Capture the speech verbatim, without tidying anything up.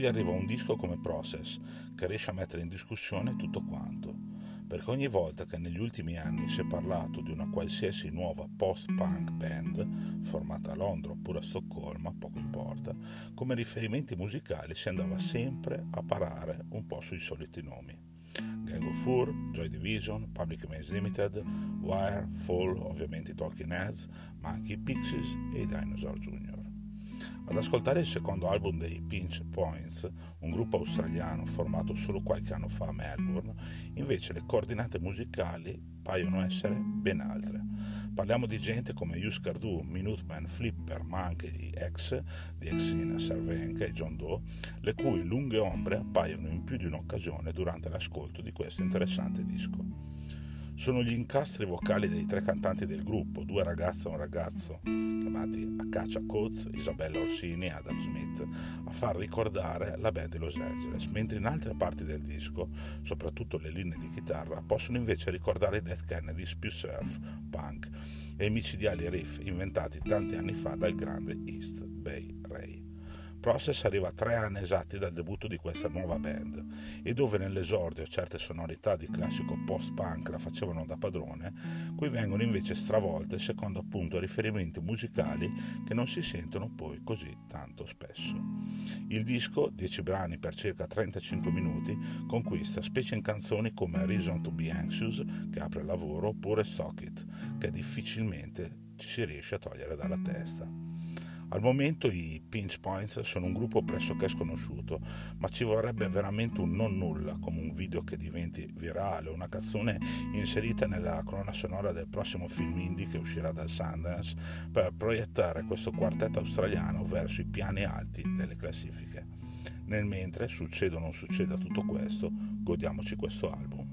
cui arriva un disco come Process, che riesce a mettere in discussione tutto quanto, perché ogni volta che negli ultimi anni si è parlato di una qualsiasi nuova post-punk band, formata a Londra oppure a Stoccolma, poco importa, come riferimenti musicali si andava sempre a parare un po' sui soliti nomi. Gang of Four, Joy Division, Public Image Limited, Wire, Fall, ovviamente i Talking Heads, ma anche i Pixies e i Dinosaur Junior Ad ascoltare il secondo album dei Pinch Points, un gruppo australiano formato solo qualche anno fa a Melbourne, invece le coordinate musicali paiono essere ben altre. Parliamo di gente come Husker Du, Minutemen, Flipper, ma anche gli ex di Exene, Cervenka e John Doe, le cui lunghe ombre appaiono in più di un'occasione durante l'ascolto di questo interessante disco. Sono gli incastri vocali dei tre cantanti del gruppo, due ragazze e un ragazzo, chiamati Akasha Coates, Isabella Orsini e Adam Smith, a far ricordare la band di Los Angeles, mentre in altre parti del disco, soprattutto le linee di chitarra, possono invece ricordare i Dead Kennedys più surf, punk e i micidiali riff inventati tanti anni fa dal grande East Bay Ray. Process arriva a tre anni esatti dal debutto di questa nuova band e dove nell'esordio certe sonorità di classico post-punk la facevano da padrone, qui vengono invece stravolte secondo appunto riferimenti musicali che non si sentono poi così tanto spesso. Il disco, dieci brani per circa trentacinque minuti, conquista specie in canzoni come Reason to be Anxious, che apre il lavoro, oppure Stock It, che difficilmente ci si riesce a togliere dalla testa. Al momento i Pinch Points sono un gruppo pressoché sconosciuto, ma ci vorrebbe veramente un non nulla, come un video che diventi virale, una canzone inserita nella colonna sonora del prossimo film indie che uscirà dal Sundance, per proiettare questo quartetto australiano verso i piani alti delle classifiche. Nel mentre, succeda o non succeda tutto questo, godiamoci questo album.